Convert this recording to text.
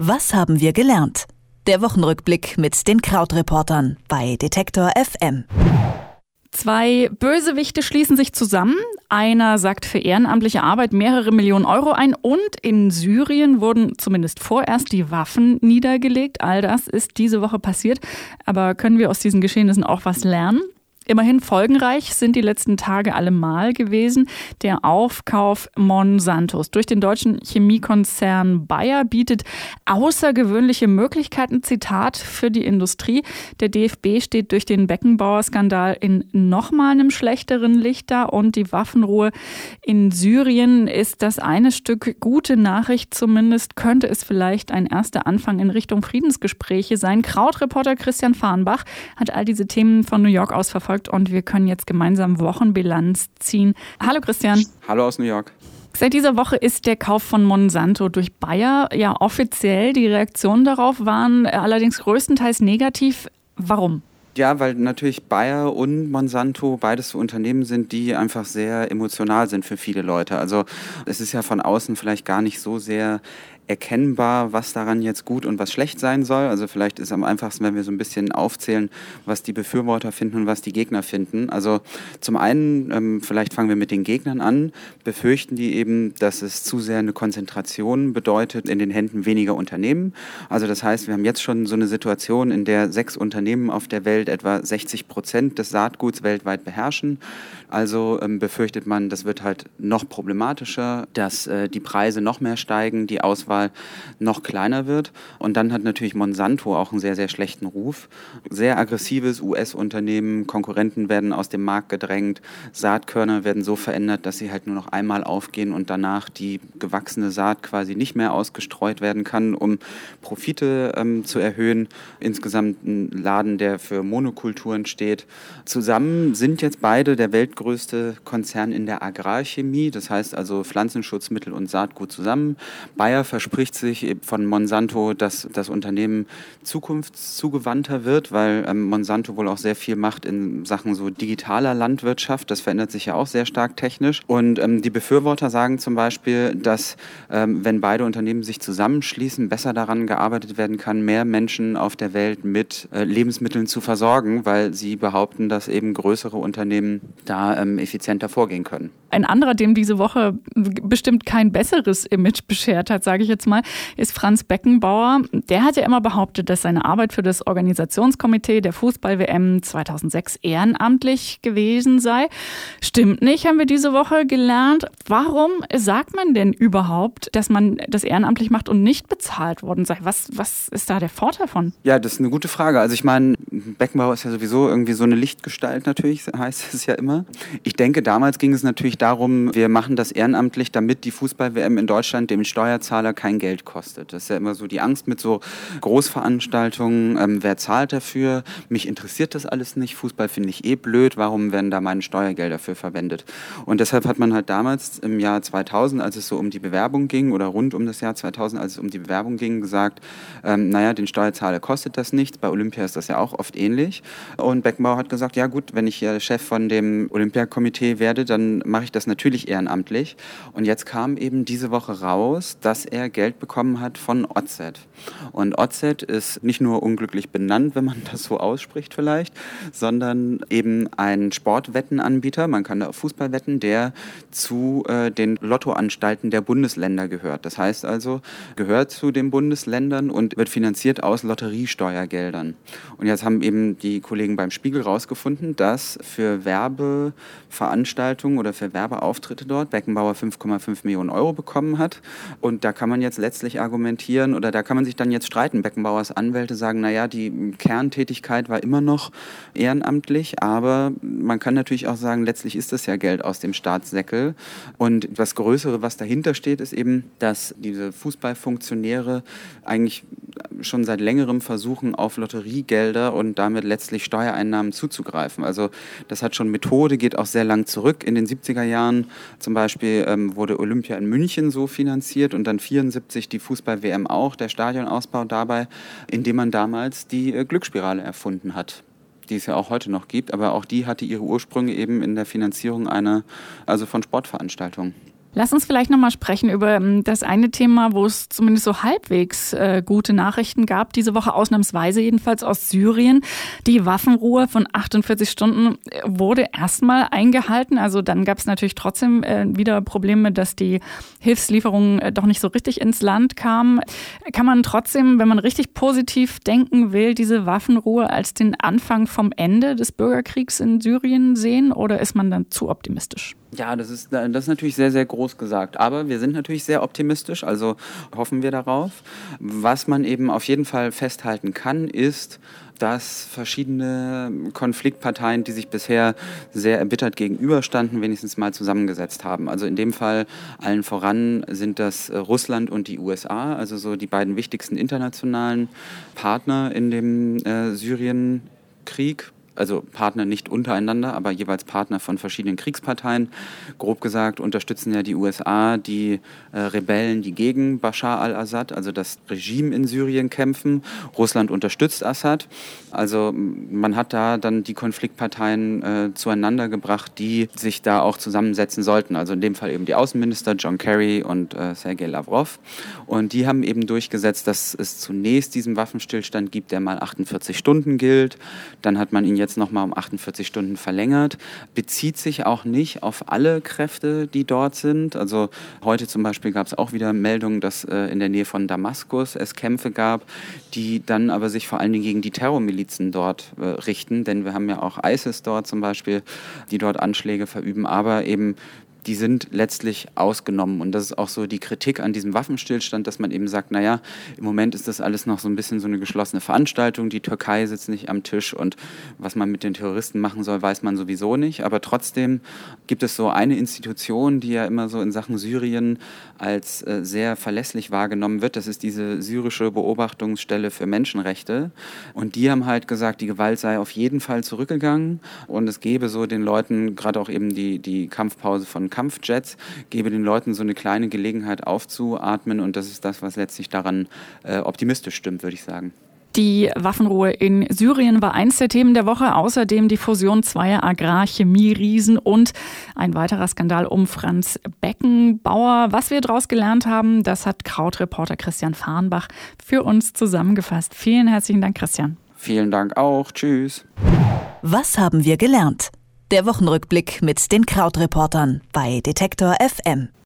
Was haben wir gelernt? Der Wochenrückblick mit den Krautreportern bei Detektor FM. Zwei Bösewichte schließen sich zusammen. Einer sagt für ehrenamtliche Arbeit mehrere Millionen Euro ein und in Syrien wurden zumindest vorerst die Waffen niedergelegt. All das ist diese Woche passiert. Aber können wir aus diesen Geschehnissen auch was lernen? Immerhin folgenreich sind die letzten Tage allemal gewesen. Der Aufkauf Monsantos durch den deutschen Chemiekonzern Bayer bietet außergewöhnliche Möglichkeiten, Zitat, für die Industrie. Der DFB steht durch den Beckenbauer-Skandal in nochmal einem schlechteren Licht da und die Waffenruhe in Syrien ist das eine Stück gute Nachricht. Zumindest könnte es vielleicht ein erster Anfang in Richtung Friedensgespräche sein. Krautreporter Christian Fahrenbach hat all diese Themen von New York aus verfolgt. Und wir können jetzt gemeinsam Wochenbilanz ziehen. Hallo Christian. Hallo aus New York. Seit dieser Woche ist der Kauf von Monsanto durch Bayer ja offiziell. Die Reaktionen darauf waren allerdings größtenteils negativ. Warum? Ja, weil natürlich Bayer und Monsanto beides so Unternehmen sind, die einfach sehr emotional sind für viele Leute. Also es ist ja von außen vielleicht gar nicht so sehr erkennbar, was daran jetzt gut und was schlecht sein soll. Also vielleicht ist es am einfachsten, wenn wir so ein bisschen aufzählen, was die Befürworter finden und was die Gegner finden. Also zum einen, vielleicht fangen wir mit den Gegnern an, befürchten die eben, dass es zu sehr eine Konzentration bedeutet in den Händen weniger Unternehmen. Also das heißt, wir haben jetzt schon so eine Situation, in der 6 Unternehmen auf der Welt etwa 60% des Saatguts weltweit beherrschen. Also befürchtet man, das wird halt noch problematischer, dass die Preise noch mehr steigen, die Auswahl noch kleiner wird. Und dann hat natürlich Monsanto auch einen sehr, sehr schlechten Ruf. Sehr aggressives US-Unternehmen, Konkurrenten werden aus dem Markt gedrängt, Saatkörner werden so verändert, dass sie halt nur noch einmal aufgehen und danach die gewachsene Saat quasi nicht mehr ausgestreut werden kann, um Profite zu erhöhen. Insgesamt ein Laden, der für Monokulturen steht. Zusammen sind jetzt beide der weltgrößte Konzern in der Agrarchemie, das heißt also Pflanzenschutzmittel und Saatgut zusammen. Bayer verspricht sich von Monsanto, dass das Unternehmen zukunftszugewandter wird, weil Monsanto wohl auch sehr viel macht in Sachen so digitaler Landwirtschaft. Das verändert sich ja auch sehr stark technisch. Und die Befürworter sagen zum Beispiel, dass wenn beide Unternehmen sich zusammenschließen, besser daran gearbeitet werden kann, mehr Menschen auf der Welt mit Lebensmitteln zu versorgen, weil sie behaupten, dass eben größere Unternehmen da effizienter vorgehen können. Ein anderer, dem diese Woche bestimmt kein besseres Image beschert hat, sage ich jetzt mal, ist Franz Beckenbauer. Der hat ja immer behauptet, dass seine Arbeit für das Organisationskomitee der Fußball-WM 2006 ehrenamtlich gewesen sei. Stimmt nicht, haben wir diese Woche gelernt. Warum sagt man denn überhaupt, dass man das ehrenamtlich macht und nicht bezahlt worden sei? Was ist da der Vorteil von? Ja, das ist eine gute Frage. Also ich meine, Beckenbauer ist ja sowieso irgendwie so eine Lichtgestalt natürlich, heißt es ja immer. Ich denke, damals ging es natürlich darum, wir machen das ehrenamtlich, damit die Fußball-WM in Deutschland dem Steuerzahler kein Geld kostet. Das ist ja immer so die Angst mit so Großveranstaltungen. Wer zahlt dafür? Mich interessiert das alles nicht. Fußball finde ich blöd. Warum werden da meine Steuergelder für verwendet? Und deshalb hat man halt damals im Jahr 2000, als es so um die Bewerbung ging oder rund um das Jahr 2000, als es um die Bewerbung ging, gesagt, den Steuerzahler kostet das nichts. Bei Olympia ist das ja auch oft ähnlich. Und Beckenbauer hat gesagt, ja gut, wenn ich hier Chef von dem Olympiakomitee werde, dann mache ich das natürlich ehrenamtlich. Und jetzt kam eben diese Woche raus, dass er Geld bekommen hat von OZ. Und OZ ist nicht nur unglücklich benannt, wenn man das so ausspricht vielleicht, sondern eben ein Sportwettenanbieter, man kann da auf Fußball wetten, der zu den Lottoanstalten der Bundesländer gehört. Das heißt also, gehört zu den Bundesländern und wird finanziert aus Lotteriesteuergeldern. Und jetzt haben eben die Kollegen beim Spiegel rausgefunden, dass für Werbeveranstaltungen oder für Werbeauftritte dort Beckenbauer 5,5 Millionen Euro bekommen hat. Und da kann man jetzt letztlich argumentieren oder da kann man sich dann jetzt streiten. Beckenbauers Anwälte sagen, naja, die Kerntätigkeit war immer noch ehrenamtlich, aber man kann natürlich auch sagen, letztlich ist das ja Geld aus dem Staatssäckel. Und das Größere, was dahinter steht, ist eben, dass diese Fußballfunktionäre eigentlich schon seit längerem versuchen, auf Lotteriegelder und damit letztlich Steuereinnahmen zuzugreifen. Also das hat schon Methode, geht auch sehr lang zurück. In den 70er Jahren zum Beispiel wurde Olympia in München so finanziert und dann 74 die Fußball-WM auch, der Stadionausbau dabei, indem man damals die Glücksspirale erfunden hat, die es ja auch heute noch gibt, aber auch die hatte ihre Ursprünge eben in der Finanzierung von Sportveranstaltungen. Lass uns vielleicht nochmal sprechen über das eine Thema, wo es zumindest so halbwegs gute Nachrichten gab. Diese Woche ausnahmsweise jedenfalls aus Syrien. Die Waffenruhe von 48 Stunden wurde erstmal eingehalten. Also dann gab es natürlich trotzdem wieder Probleme, dass die Hilfslieferungen doch nicht so richtig ins Land kamen. Kann man trotzdem, wenn man richtig positiv denken will, diese Waffenruhe als den Anfang vom Ende des Bürgerkriegs in Syrien sehen oder ist man dann zu optimistisch? Ja, das ist natürlich sehr, sehr groß gesagt. Aber wir sind natürlich sehr optimistisch, also hoffen wir darauf. Was man eben auf jeden Fall festhalten kann, ist, dass verschiedene Konfliktparteien, die sich bisher sehr erbittert gegenüberstanden, wenigstens mal zusammengesetzt haben. Also in dem Fall allen voran sind das Russland und die USA, also so die beiden wichtigsten internationalen Partner in dem Syrienkrieg. Also Partner nicht untereinander, aber jeweils Partner von verschiedenen Kriegsparteien. Grob gesagt unterstützen ja die USA die Rebellen, die gegen Bashar al-Assad, also das Regime in Syrien kämpfen. Russland unterstützt Assad. Also man hat da dann die Konfliktparteien zueinander gebracht, die sich da auch zusammensetzen sollten. Also in dem Fall eben die Außenminister John Kerry und Sergei Lavrov. Und die haben eben durchgesetzt, dass es zunächst diesen Waffenstillstand gibt, der mal 48 Stunden gilt. Dann hat man ihn jetzt nochmal um 48 Stunden verlängert, bezieht sich auch nicht auf alle Kräfte, die dort sind. Also heute zum Beispiel gab es auch wieder Meldungen, dass in der Nähe von Damaskus es Kämpfe gab, die dann aber sich vor allen Dingen gegen die Terrormilizen dort richten, denn wir haben ja auch ISIS dort zum Beispiel, die dort Anschläge verüben, aber eben die sind letztlich ausgenommen. Und das ist auch so die Kritik an diesem Waffenstillstand, dass man eben sagt, naja, im Moment ist das alles noch so ein bisschen so eine geschlossene Veranstaltung. Die Türkei sitzt nicht am Tisch und was man mit den Terroristen machen soll, weiß man sowieso nicht. Aber trotzdem gibt es so eine Institution, die ja immer so in Sachen Syrien als sehr verlässlich wahrgenommen wird. Das ist diese syrische Beobachtungsstelle für Menschenrechte. Und die haben halt gesagt, die Gewalt sei auf jeden Fall zurückgegangen und es gebe so den Leuten, gerade auch eben die Kampfpause von Kampfjets, gebe den Leuten so eine kleine Gelegenheit aufzuatmen und das ist das, was letztlich daran optimistisch stimmt, würde ich sagen. Die Waffenruhe in Syrien war eins der Themen der Woche, außerdem die Fusion zweier Agrarchemie-Riesen und ein weiterer Skandal um Franz Beckenbauer. Was wir daraus gelernt haben, das hat Krautreporter Christian Fahrenbach für uns zusammengefasst. Vielen herzlichen Dank, Christian. Vielen Dank auch. Tschüss. Was haben wir gelernt? Der Wochenrückblick mit den Krautreportern bei Detektor FM.